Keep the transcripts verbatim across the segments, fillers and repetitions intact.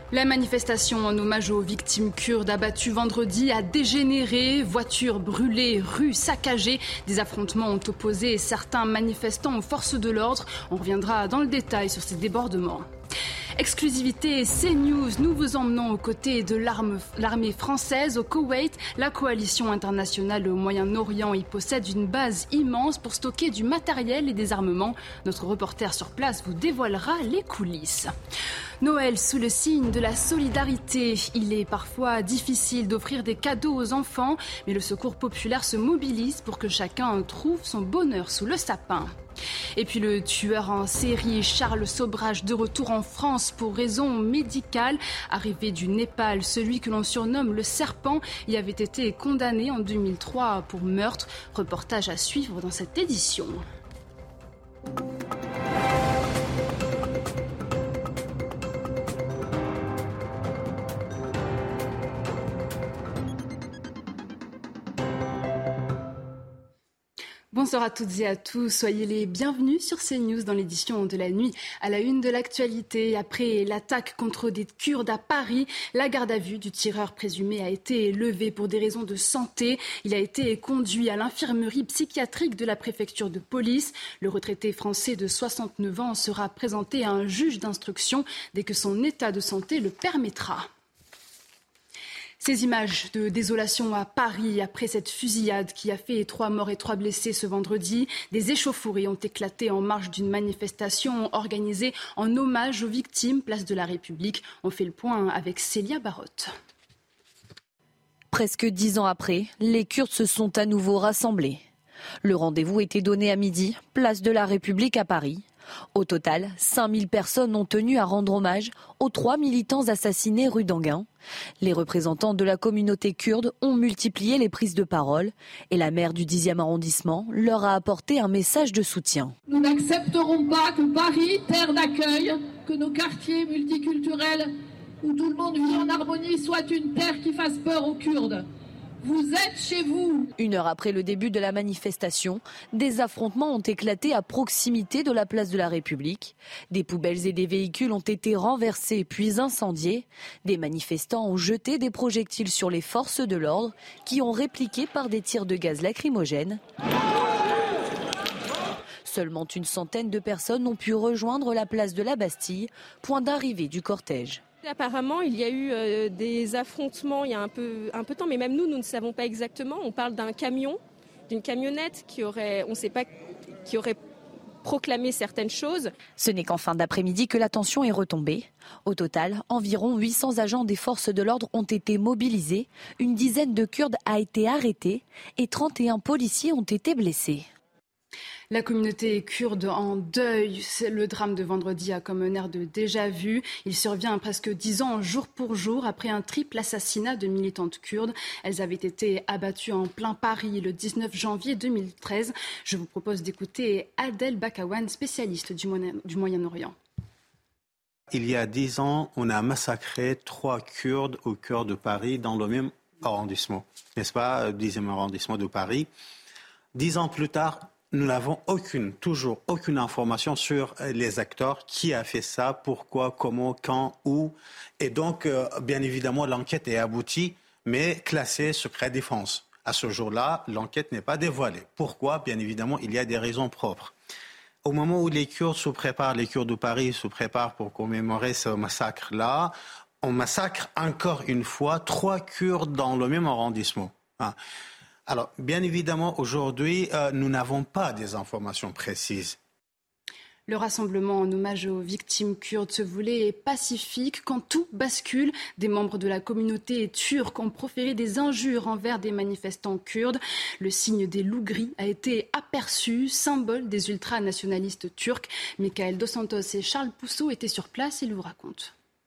La manifestation en hommage aux victimes kurdes abattues vendredi a dégénéré. Voitures brûlées, rues saccagées. Des affrontements ont opposé certains manifestants aux forces de l'ordre. On reviendra dans le détail sur ces débordements. Exclusivité CNews, nous vous emmenons aux côtés de l'armée française au Koweït. La coalition internationale au Moyen-Orient y possède une base immense pour stocker du matériel et des armements. Notre reporter sur place vous dévoilera les coulisses. Noël sous le signe de la solidarité. Il est parfois difficile d'offrir des cadeaux aux enfants, mais le Secours populaire se mobilise pour que chacun trouve son bonheur sous le sapin. Et puis le tueur en série Charles Sobhraj de retour en France pour raison médicale. Arrivé du Népal, celui que l'on surnomme le serpent y avait été condamné en deux mille trois pour meurtre. Reportage à suivre dans cette édition. Bonsoir à toutes et à tous, soyez les bienvenus sur CNews dans l'édition de la nuit. À la une de l'actualité, après l'attaque contre des Kurdes à Paris, la garde à vue du tireur présumé a été levée pour des raisons de santé. Il a été conduit à l'infirmerie psychiatrique de la préfecture de police. Le retraité français de soixante-neuf ans sera présenté à un juge d'instruction dès que son état de santé le permettra. Ces images de désolation à Paris après cette fusillade qui a fait trois morts et trois blessés ce vendredi. Des échauffourées ont éclaté en marge d'une manifestation organisée en hommage aux victimes, place de la République. On fait le point avec Célia Barotte. Presque dix ans après, les Kurdes se sont à nouveau rassemblés. Le rendez-vous était donné à midi, place de la République à Paris. Au total, cinq mille personnes ont tenu à rendre hommage aux trois militants assassinés rue d'Enghien. Les représentants de la communauté kurde ont multiplié les prises de parole et la maire du dixième arrondissement leur a apporté un message de soutien. Nous n'accepterons pas que Paris, terre d'accueil, que nos quartiers multiculturels où tout le monde vit en harmonie soient une terre qui fasse peur aux Kurdes. Vous êtes chez vous. Une heure après le début de la manifestation, des affrontements ont éclaté à proximité de la place de la République. Des poubelles et des véhicules ont été renversés puis incendiés. Des manifestants ont jeté des projectiles sur les forces de l'ordre qui ont répliqué par des tirs de gaz lacrymogène. Seulement une centaine de personnes ont pu rejoindre la place de la Bastille, point d'arrivée du cortège. Apparemment, il y a eu euh, des affrontements il y a un peu, un peu de temps, mais même nous, nous ne savons pas exactement. On parle d'un camion, d'une camionnette qui aurait, on ne sait pas, qui aurait proclamé certaines choses. Ce n'est qu'en fin d'après-midi que la tension est retombée. Au total, environ huit cents agents des forces de l'ordre ont été mobilisés. Une dizaine de Kurdes a été arrêtés et trente et un policiers ont été blessés. La communauté kurde en deuil, le drame de vendredi a comme un air de déjà-vu. Il survient presque dix ans jour pour jour après un triple assassinat de militantes kurdes. Elles avaient été abattues en plein Paris le dix-neuf janvier deux mille treize. Je vous propose d'écouter Adel Bakawan, spécialiste du Moyen-Orient. Il y a dix ans, on a massacré trois Kurdes au cœur de Paris dans le même arrondissement, n'est-ce pas, dixième arrondissement de Paris. Dix ans plus tard, nous n'avons aucune, toujours aucune information sur les acteurs, qui a fait ça, pourquoi, comment, quand, où. Et donc, euh, bien évidemment, l'enquête est aboutie, mais classée secret défense. À ce jour-là, l'enquête n'est pas dévoilée. Pourquoi ? Bien évidemment, il y a des raisons propres. Au moment où les Kurdes se préparent, les Kurdes de Paris se préparent pour commémorer ce massacre-là, on massacre encore une fois trois Kurdes dans le même arrondissement. Hein. Alors, bien évidemment, aujourd'hui, euh, nous n'avons pas des informations précises. Le rassemblement en hommage aux victimes kurdes se voulait pacifique. Quand tout bascule, des membres de la communauté turque ont proféré des injures envers des manifestants kurdes. Le signe des loups gris a été aperçu, symbole des ultranationalistes turcs. Michael Dos Santos et Charles Pousseau étaient sur place, ils vous racontent.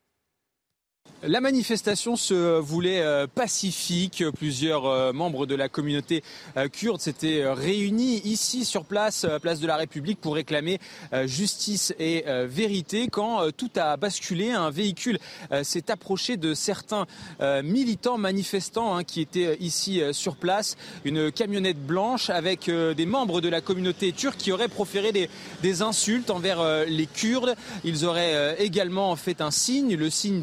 La manifestation se voulait euh, pacifique. Plusieurs euh, membres de la communauté euh, kurde s'étaient euh, réunis ici sur place, euh, place de la République, pour réclamer euh, justice et euh, vérité. Quand euh, tout a basculé, un véhicule euh, s'est approché de certains euh, militants manifestants hein, qui étaient ici euh, sur place. Une camionnette blanche avec euh, des membres de la communauté turque qui auraient proféré des, des insultes envers euh, les Kurdes. Ils auraient euh, également fait un signe, le signe des, euh, des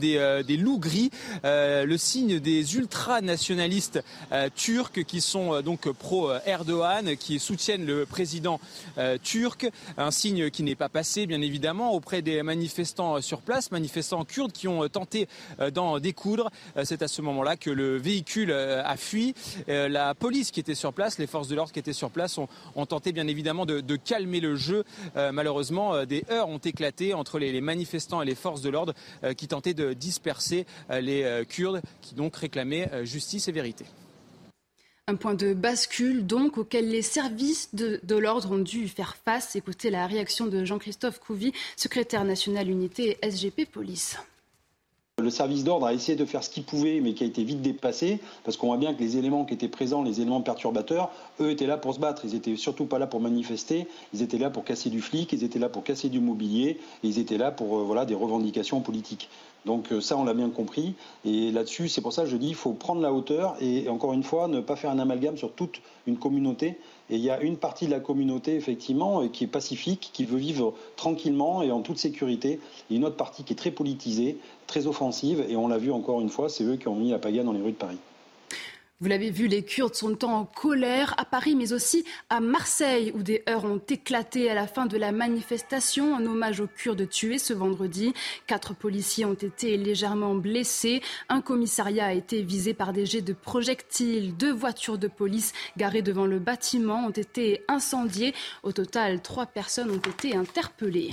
des loups gris, euh, le signe des ultranationalistes euh, turcs qui sont euh, donc pro-Erdogan, qui soutiennent le président euh, turc. Un signe qui n'est pas passé, bien évidemment, auprès des manifestants sur place, manifestants kurdes qui ont tenté euh, d'en découdre. Euh, c'est à ce moment-là que le véhicule euh, a fui. Euh, la police qui était sur place, les forces de l'ordre qui étaient sur place ont, ont tenté bien évidemment de, de calmer le jeu. Euh, malheureusement, euh, des heurts ont éclaté entre les, les manifestants et les forces de l'ordre euh, qui tentaient de disperser euh, les euh, Kurdes qui donc réclamaient euh, justice et vérité. Un point de bascule donc auquel les services de, de l'ordre ont dû faire face. Écoutez la réaction de Jean-Christophe Couvi, secrétaire national unité S G P Police. Le service d'ordre a essayé de faire ce qu'il pouvait, mais qui a été vite dépassé, parce qu'on voit bien que les éléments qui étaient présents, les éléments perturbateurs, eux étaient là pour se battre. Ils étaient surtout pas là pour manifester, ils étaient là pour casser du flic, ils étaient là pour casser du mobilier, et ils étaient là pour euh, voilà, des revendications politiques. Donc ça, on l'a bien compris. Et là-dessus, c'est pour ça que je dis qu'il faut prendre la hauteur et, encore une fois, ne pas faire un amalgame sur toute une communauté. Et il y a une partie de la communauté, effectivement, qui est pacifique, qui veut vivre tranquillement et en toute sécurité. Et une autre partie qui est très politisée, très offensive. Et on l'a vu encore une fois, c'est eux qui ont mis la pagaille dans les rues de Paris. Vous l'avez vu, les Kurdes sont en colère à Paris, mais aussi à Marseille, où des heurts ont éclaté à la fin de la manifestation en hommage aux Kurdes tués ce vendredi. Quatre policiers ont été légèrement blessés. Un commissariat a été visé par des jets de projectiles. Deux voitures de police garées devant le bâtiment ont été incendiées. Au total, trois personnes ont été interpellées.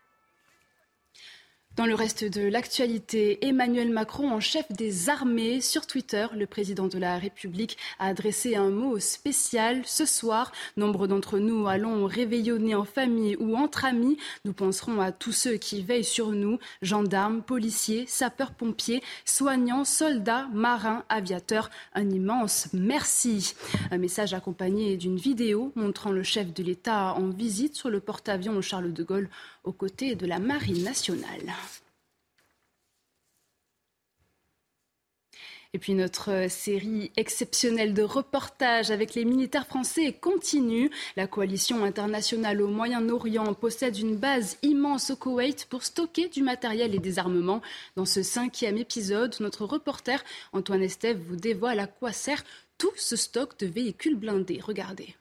Dans le reste de l'actualité, Emmanuel Macron, en chef des armées, sur Twitter, le président de la République a adressé un mot spécial. Ce soir, nombre d'entre nous allons réveillonner en famille ou entre amis. Nous penserons à tous ceux qui veillent sur nous, gendarmes, policiers, sapeurs-pompiers, soignants, soldats, marins, aviateurs. Un immense merci. Un message accompagné d'une vidéo montrant le chef de l'État en visite sur le porte-avions Charles de Gaulle aux côtés de la Marine nationale. Et puis notre série exceptionnelle de reportages avec les militaires français continue. La coalition internationale au Moyen-Orient possède une base immense au Koweït pour stocker du matériel et des armements. Dans ce cinquième épisode, notre reporter Antoine Estève vous dévoile à quoi sert tout ce stock de véhicules blindés. Regardez.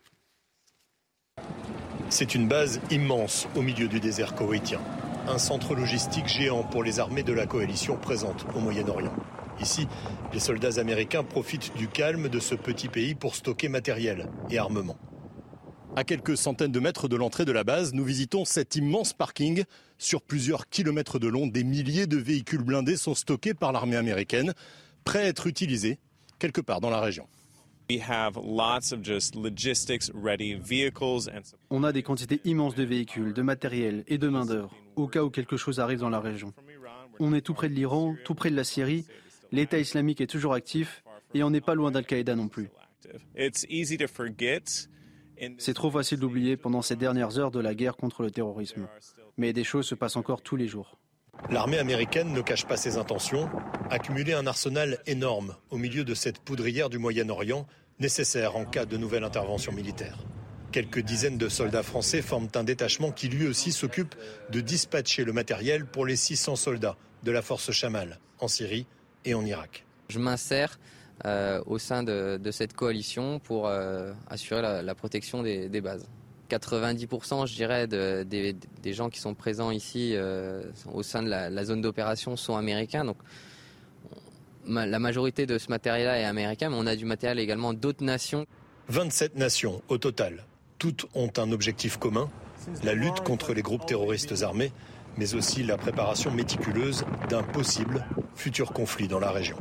C'est une base immense au milieu du désert koweïtien. Un centre logistique géant pour les armées de la coalition présente au Moyen-Orient. Ici, les soldats américains profitent du calme de ce petit pays pour stocker matériel et armement. À quelques centaines de mètres de l'entrée de la base, nous visitons cet immense parking. Sur plusieurs kilomètres de long, des milliers de véhicules blindés sont stockés par l'armée américaine, prêts à être utilisés quelque part dans la région. On a des quantités immenses de véhicules, de matériel et de main-d'œuvre, au cas où quelque chose arrive dans la région. On est tout près de l'Iran, tout près de la Syrie. L'État islamique est toujours actif et on n'est pas loin d'Al-Qaïda non plus. C'est trop facile d'oublier pendant ces dernières heures de la guerre contre le terrorisme. Mais des choses se passent encore tous les jours. L'armée américaine ne cache pas ses intentions, accumuler un arsenal énorme au milieu de cette poudrière du Moyen-Orient, nécessaire en cas de nouvelle intervention militaire. Quelques dizaines de soldats français forment un détachement qui lui aussi s'occupe de dispatcher le matériel pour les six cents soldats de la force Chamal en Syrie et en Irak. Je m'insère euh, au sein de, de cette coalition pour euh, assurer la, la protection des, des bases. quatre-vingt-dix pour cent, je dirais, de, des, des gens qui sont présents ici euh, au sein de la, la zone d'opération sont américains. Donc, ma, la majorité de ce matériel-là est américain, mais on a du matériel également d'autres nations. vingt-sept nations au total. Toutes ont un objectif commun, la lutte contre les groupes terroristes armés, mais aussi la préparation méticuleuse d'un possible futur conflit dans la région.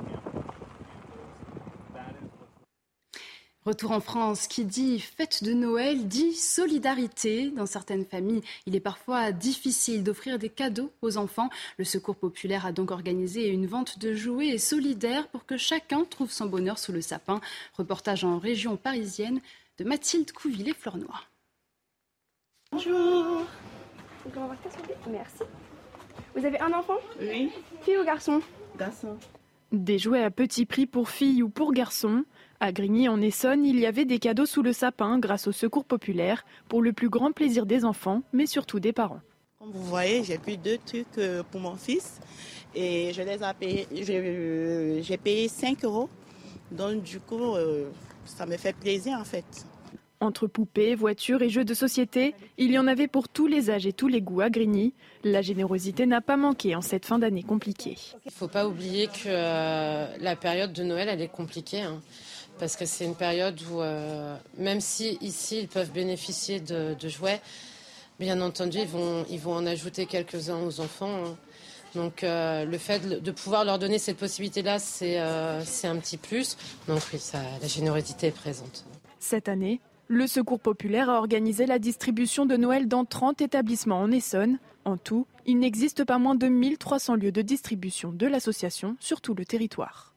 Retour en France, qui dit fête de Noël dit solidarité. Dans certaines familles, il est parfois difficile d'offrir des cadeaux aux enfants. Le Secours populaire a donc organisé une vente de jouets solidaires pour que chacun trouve son bonheur sous le sapin. Reportage en région parisienne de Mathilde Couvillé-Flornois. Bonjour. Merci. Vous avez un enfant ? Oui. Fille ou garçon ? Garçon. Des jouets à petit prix pour filles ou pour garçons. À Grigny, en Essonne, il y avait des cadeaux sous le sapin grâce au Secours populaire pour le plus grand plaisir des enfants, mais surtout des parents. Comme vous voyez, j'ai pris deux trucs pour mon fils et je les ai payés, je, j'ai payé cinq euros. Donc du coup, euh, ça me fait plaisir en fait. Entre poupées, voitures et jeux de société, il y en avait pour tous les âges et tous les goûts à Grigny. La générosité n'a pas manqué en cette fin d'année compliquée. Il ne faut pas oublier que euh, la période de Noël, elle est compliquée. Hein, parce que c'est une période où, euh, même si ici, ils peuvent bénéficier de, de jouets, bien entendu, ils vont, ils vont en ajouter quelques-uns aux enfants. Hein. Donc euh, le fait de pouvoir leur donner cette possibilité-là, c'est, euh, c'est un petit plus. Donc oui, ça, la générosité est présente. Cette année, le Secours populaire a organisé la distribution de Noël dans trente établissements en Essonne. En tout, il n'existe pas moins de mille trois cents lieux de distribution de l'association sur tout le territoire.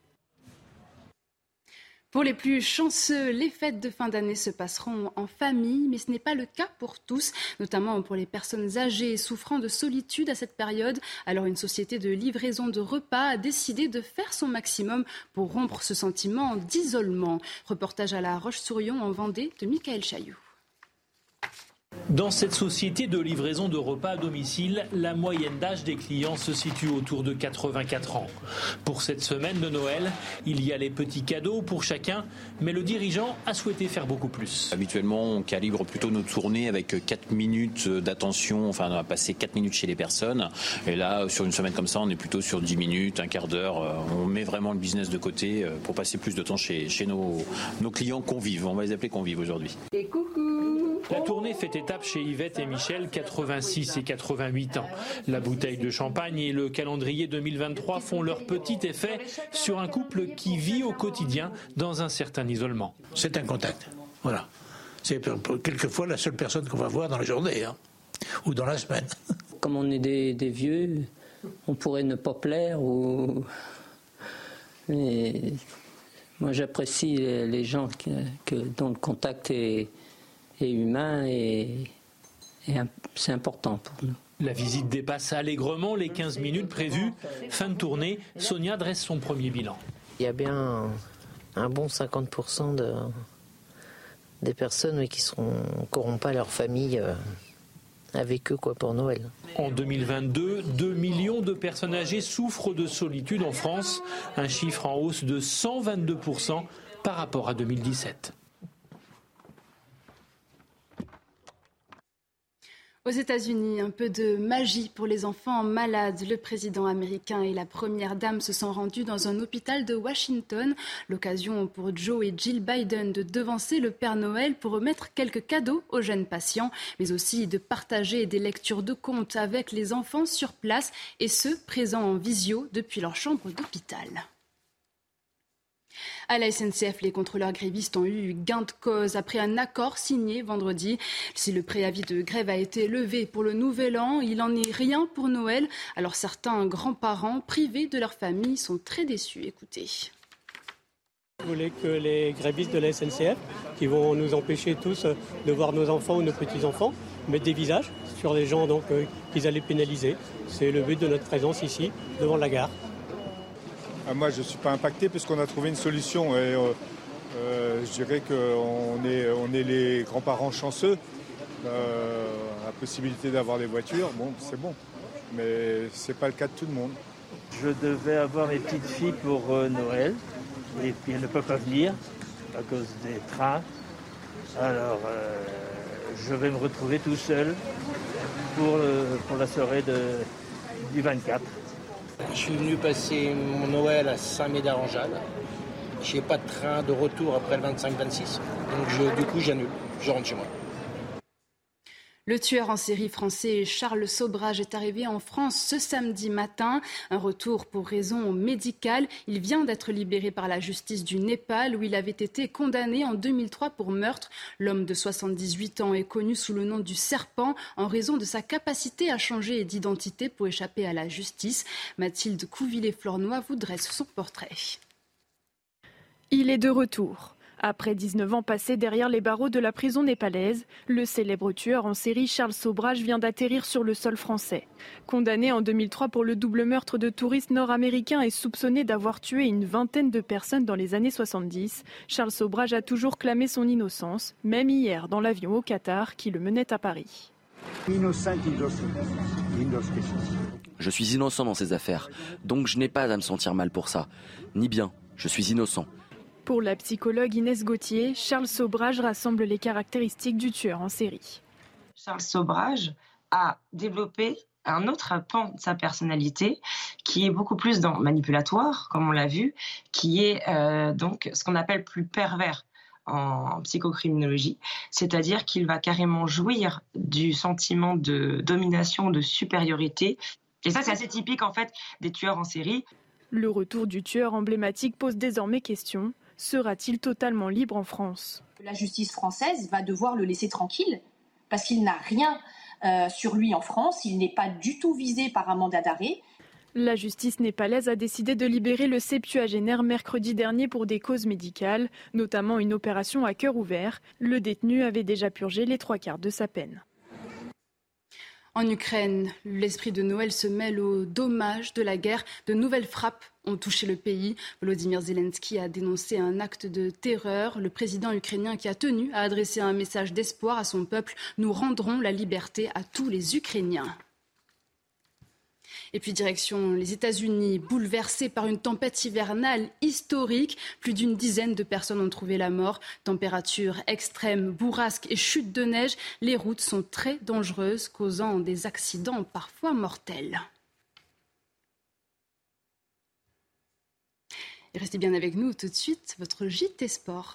Pour les plus chanceux, les fêtes de fin d'année se passeront en famille, mais ce n'est pas le cas pour tous, notamment pour les personnes âgées et souffrant de solitude à cette période. Alors une société de livraison de repas a décidé de faire son maximum pour rompre ce sentiment d'isolement. Reportage à La Roche-sur-Yon en Vendée de Michael Chailloux. Dans cette société de livraison de repas à domicile, la moyenne d'âge des clients se situe autour de quatre-vingt-quatre ans. Pour cette semaine de Noël, il y a les petits cadeaux pour chacun, mais le dirigeant a souhaité faire beaucoup plus. Habituellement, on calibre plutôt notre tournée avec quatre minutes d'attention, enfin on va passer quatre minutes chez les personnes. Et là, sur une semaine comme ça, on est plutôt sur dix minutes, un quart d'heure. On met vraiment le business de côté pour passer plus de temps chez, chez nos, nos clients convives. On va les appeler convives aujourd'hui. Et coucou! La tournée fait étape chez Yvette et Michel, quatre-vingt-six et quatre-vingt-huit ans. La bouteille de champagne et le calendrier deux mille vingt-trois font leur petit effet sur un couple qui vit au quotidien dans un certain isolement. C'est un contact, voilà. C'est quelquefois la seule personne qu'on va voir dans la journée, hein, ou dans la semaine. Comme on est des, des vieux, on pourrait ne pas plaire, ou... mais moi j'apprécie les gens que, que, dont le contact est... et humain et, et c'est important pour nous. La visite dépasse allègrement les quinze minutes prévues. Fin de tournée, Sonia dresse son premier bilan. Il y a bien un, un bon cinquante pour cent de, des personnes oui, qui n'auront pas leur famille euh, avec eux quoi, pour Noël. En deux mille vingt-deux, deux millions de personnes âgées souffrent de solitude en France, un chiffre en hausse de cent vingt-deux pour cent par rapport à deux mille dix-sept. Aux États-Unis, un peu de magie pour les enfants malades. Le président américain et la première dame se sont rendus dans un hôpital de Washington. L'occasion pour Joe et Jill Biden de devancer le Père Noël pour remettre quelques cadeaux aux jeunes patients, mais aussi de partager des lectures de contes avec les enfants sur place et ceux présents en visio depuis leur chambre d'hôpital. À la S N C F, les contrôleurs grévistes ont eu gain de cause après un accord signé vendredi. Si le préavis de grève a été levé pour le nouvel an, il n'en est rien pour Noël. Alors certains grands-parents privés de leur famille sont très déçus. Écoutez. Vous voulez que les grévistes de la S N C F, qui vont nous empêcher tous de voir nos enfants ou nos petits-enfants, mettent des visages sur les gens donc, euh, qu'ils allaient pénaliser. C'est le but de notre présence ici, devant la gare. Moi, je ne suis pas impacté puisqu'on a trouvé une solution. Et, euh, euh, je dirais qu'on est, on est les grands-parents chanceux. Euh, la possibilité d'avoir des voitures, bon, c'est bon. Mais ce n'est pas le cas de tout le monde. Je devais avoir mes petites filles pour euh, Noël. Et puis elles ne peuvent pas venir à cause des trains. Alors, euh, je vais me retrouver tout seul pour, euh, pour la soirée de, du vingt-quatre. Je suis venu passer mon Noël à Saint-Médard-en-Jalles. Je n'ai pas de train de retour après le vingt-cinq vingt-six. Donc je, du coup, j'annule. Je rentre chez moi. Le tueur en série français Charles Sobhraj est arrivé en France ce samedi matin. Un retour pour raison médicale. Il vient d'être libéré par la justice du Népal où il avait été condamné en deux mille trois pour meurtre. L'homme de soixante-dix-huit ans est connu sous le nom du Serpent en raison de sa capacité à changer d'identité pour échapper à la justice. Mathilde Couvillé-Flornoy vous dresse son portrait. Il est de retour. Après dix-neuf ans passés derrière les barreaux de la prison népalaise, le célèbre tueur en série Charles Sobhraj vient d'atterrir sur le sol français. Condamné en deux mille trois pour le double meurtre de touristes nord-américains et soupçonné d'avoir tué une vingtaine de personnes dans les années soixante-dix, Charles Sobhraj a toujours clamé son innocence, même hier dans l'avion au Qatar qui le menait à Paris. Je suis innocent dans ces affaires, donc je n'ai pas à me sentir mal pour ça. Ni bien, je suis innocent. Pour la psychologue Inès Gauthier, Charles Sobrage rassemble les caractéristiques du tueur en série. Charles Sobrage a développé un autre pan de sa personnalité qui est beaucoup plus dans manipulatoire, comme on l'a vu, qui est euh, donc ce qu'on appelle plus pervers en psychocriminologie, c'est-à-dire qu'il va carrément jouir du sentiment de domination, de supériorité. Et ça, c'est assez typique en fait des tueurs en série. Le retour du tueur emblématique pose désormais question. Sera-t-il totalement libre en France ? La justice française va devoir le laisser tranquille parce qu'il n'a rien euh, sur lui en France, il n'est pas du tout visé par un mandat d'arrêt. La justice népalaise a décidé de libérer le septuagénaire mercredi dernier pour des causes médicales, notamment une opération à cœur ouvert. Le détenu avait déjà purgé les trois quarts de sa peine. En Ukraine, l'esprit de Noël se mêle aux dommages de la guerre. De nouvelles frappes ont touché le pays. Volodymyr Zelensky a dénoncé un acte de terreur. Le président ukrainien qui a tenu à adresser un message d'espoir à son peuple. Nous rendrons la liberté à tous les Ukrainiens. Et puis direction les États-Unis, bouleversés par une tempête hivernale historique. Plus d'une dizaine de personnes ont trouvé la mort. Température extrême, bourrasque et chute de neige. Les routes sont très dangereuses, causant des accidents parfois mortels. Et restez bien avec nous tout de suite, votre J T Sport.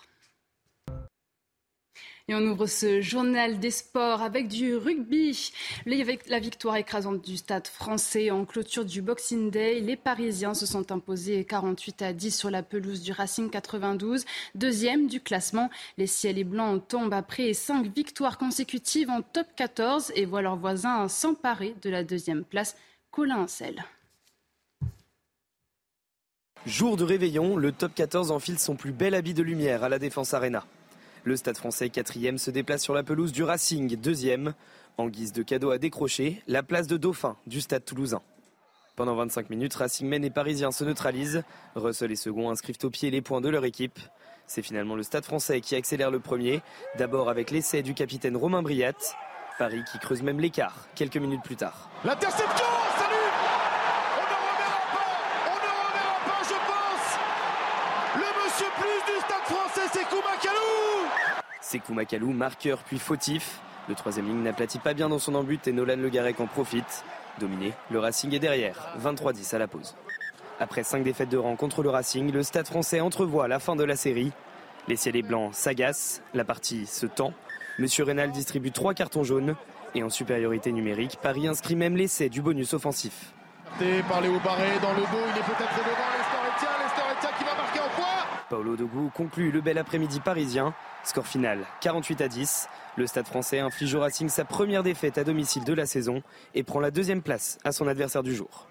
Et on ouvre ce journal des sports avec du rugby. Avec la victoire écrasante du Stade français en clôture du Boxing Day, les Parisiens se sont imposés quarante-huit à dix sur la pelouse du Racing quatre-vingt-douze. Deuxième du classement, les Ciels et Blancs tombent après cinq victoires consécutives en top quatorze et voient leurs voisins s'emparer de la deuxième place. Colin Ancel. Jour de réveillon, le top quatorze enfile son plus bel habit de lumière à la Défense Arena. Le Stade français, quatrième, se déplace sur la pelouse du Racing, deuxième. En guise de cadeau à décrocher, la place de dauphin du Stade toulousain. Pendant vingt-cinq minutes, Racing mène et Parisiens se neutralisent. Russell et Second inscrivent au pied les points de leur équipe. C'est finalement le Stade français qui accélère le premier, d'abord avec l'essai du capitaine Romain Briat. Paris qui creuse même l'écart quelques minutes plus tard. L'interception, salut! On ne reverra pas, on ne reverra pas, je pense. Le monsieur plus du Stade français, c'est Koumakalou. Sékou Makalou, marqueur puis fautif. Le troisième ligne n'aplatit pas bien dans son embut et Nolan Le Garec en profite. Dominé, le Racing est derrière, vingt-trois dix à la pause. Après cinq défaites de rang contre le Racing, le Stade français entrevoit la fin de la série. Les Ciels et Blancs s'agacent, la partie se tend. Monsieur Reynal distribue trois cartons jaunes. Et en supériorité numérique, Paris inscrit même l'essai du bonus offensif. Par Léo Barré dans le dos, il est peut-être devant l'Estorretien, l'Estorretien qui va marquer en points. Paolo Dogou conclut le bel après-midi parisien. Score final quarante-huit à dix. Le Stade français inflige au Racing sa première défaite à domicile de la saison et prend la deuxième place à son adversaire du jour.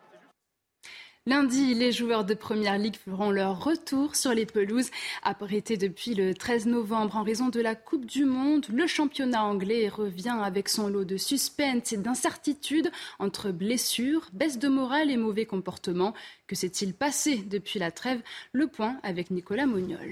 Lundi, les joueurs de Première Ligue feront leur retour sur les pelouses. Arrêté depuis le treize novembre en raison de la Coupe du Monde, le championnat anglais revient avec son lot de suspense et d'incertitudes entre blessures, baisse de morale et mauvais comportement. Que s'est-il passé depuis la trêve ? Le point avec Nicolas Moniol.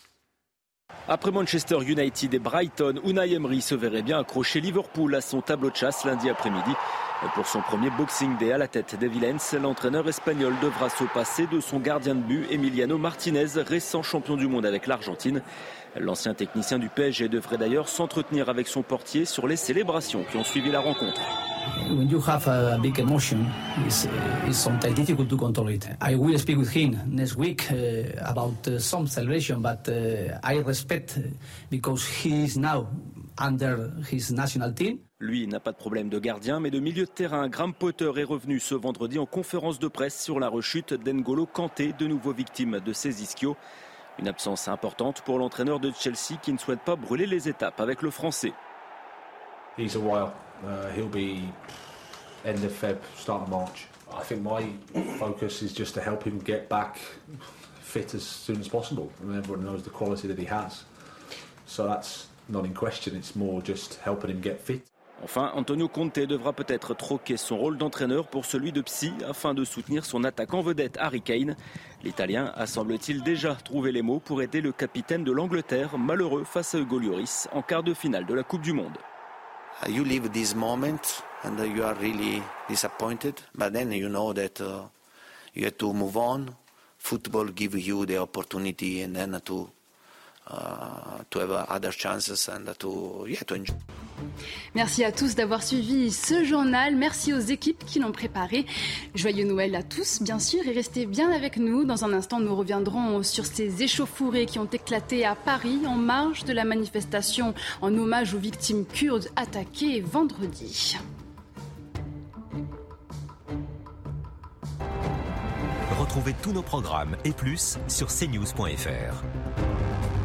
Après Manchester United et Brighton, Unai Emery se verrait bien accrocher Liverpool à son tableau de chasse lundi après-midi. Pour son premier Boxing Day à la tête des Villains, l'entraîneur espagnol devra se passer de son gardien de but Emiliano Martinez, récent champion du monde avec l'Argentine. L'ancien technicien du P S G devrait d'ailleurs s'entretenir avec son portier sur les célébrations qui ont suivi la rencontre. When you have a big emotion, it's, it's sometimes difficult to control it. I will speak with him next week uh, about uh, some celebration, but uh, I respect because he is now under his national team. Lui n'a pas de problème de gardien, mais de milieu de terrain. Graham Potter est revenu ce vendredi en conférence de presse sur la rechute d'N'Golo Kanté, de nouveau victime de ses ischios. Une absence importante pour l'entraîneur de Chelsea qui ne souhaite pas brûler les étapes avec le Français. He's a while. Uh, he'll be end of Feb, start of March. I think my focus is just to help him get back fit as soon as possible. And everyone knows the quality that he has. So that's not in question. It's more just helping him get fit. Enfin, Antonio Conte devra peut-être troquer son rôle d'entraîneur pour celui de psy afin de soutenir son attaquant vedette Harry Kane. L'Italien a semble-t-il déjà trouvé les mots pour aider le capitaine de l'Angleterre, malheureux face à Hugo Lloris en quart de finale de la Coupe du Monde. uh, you live this moment and uh, you are really disappointed, but then you know that uh, you have to move on. Football gives you the opportunity and then to uh, to have other chances and to yeah to enjoy. Merci à tous d'avoir suivi ce journal. Merci aux équipes qui l'ont préparé. Joyeux Noël à tous, bien sûr, et restez bien avec nous. Dans un instant, nous reviendrons sur ces échauffourées qui ont éclaté à Paris en marge de la manifestation en hommage aux victimes kurdes attaquées vendredi. Retrouvez tous nos programmes et plus sur c news point f r.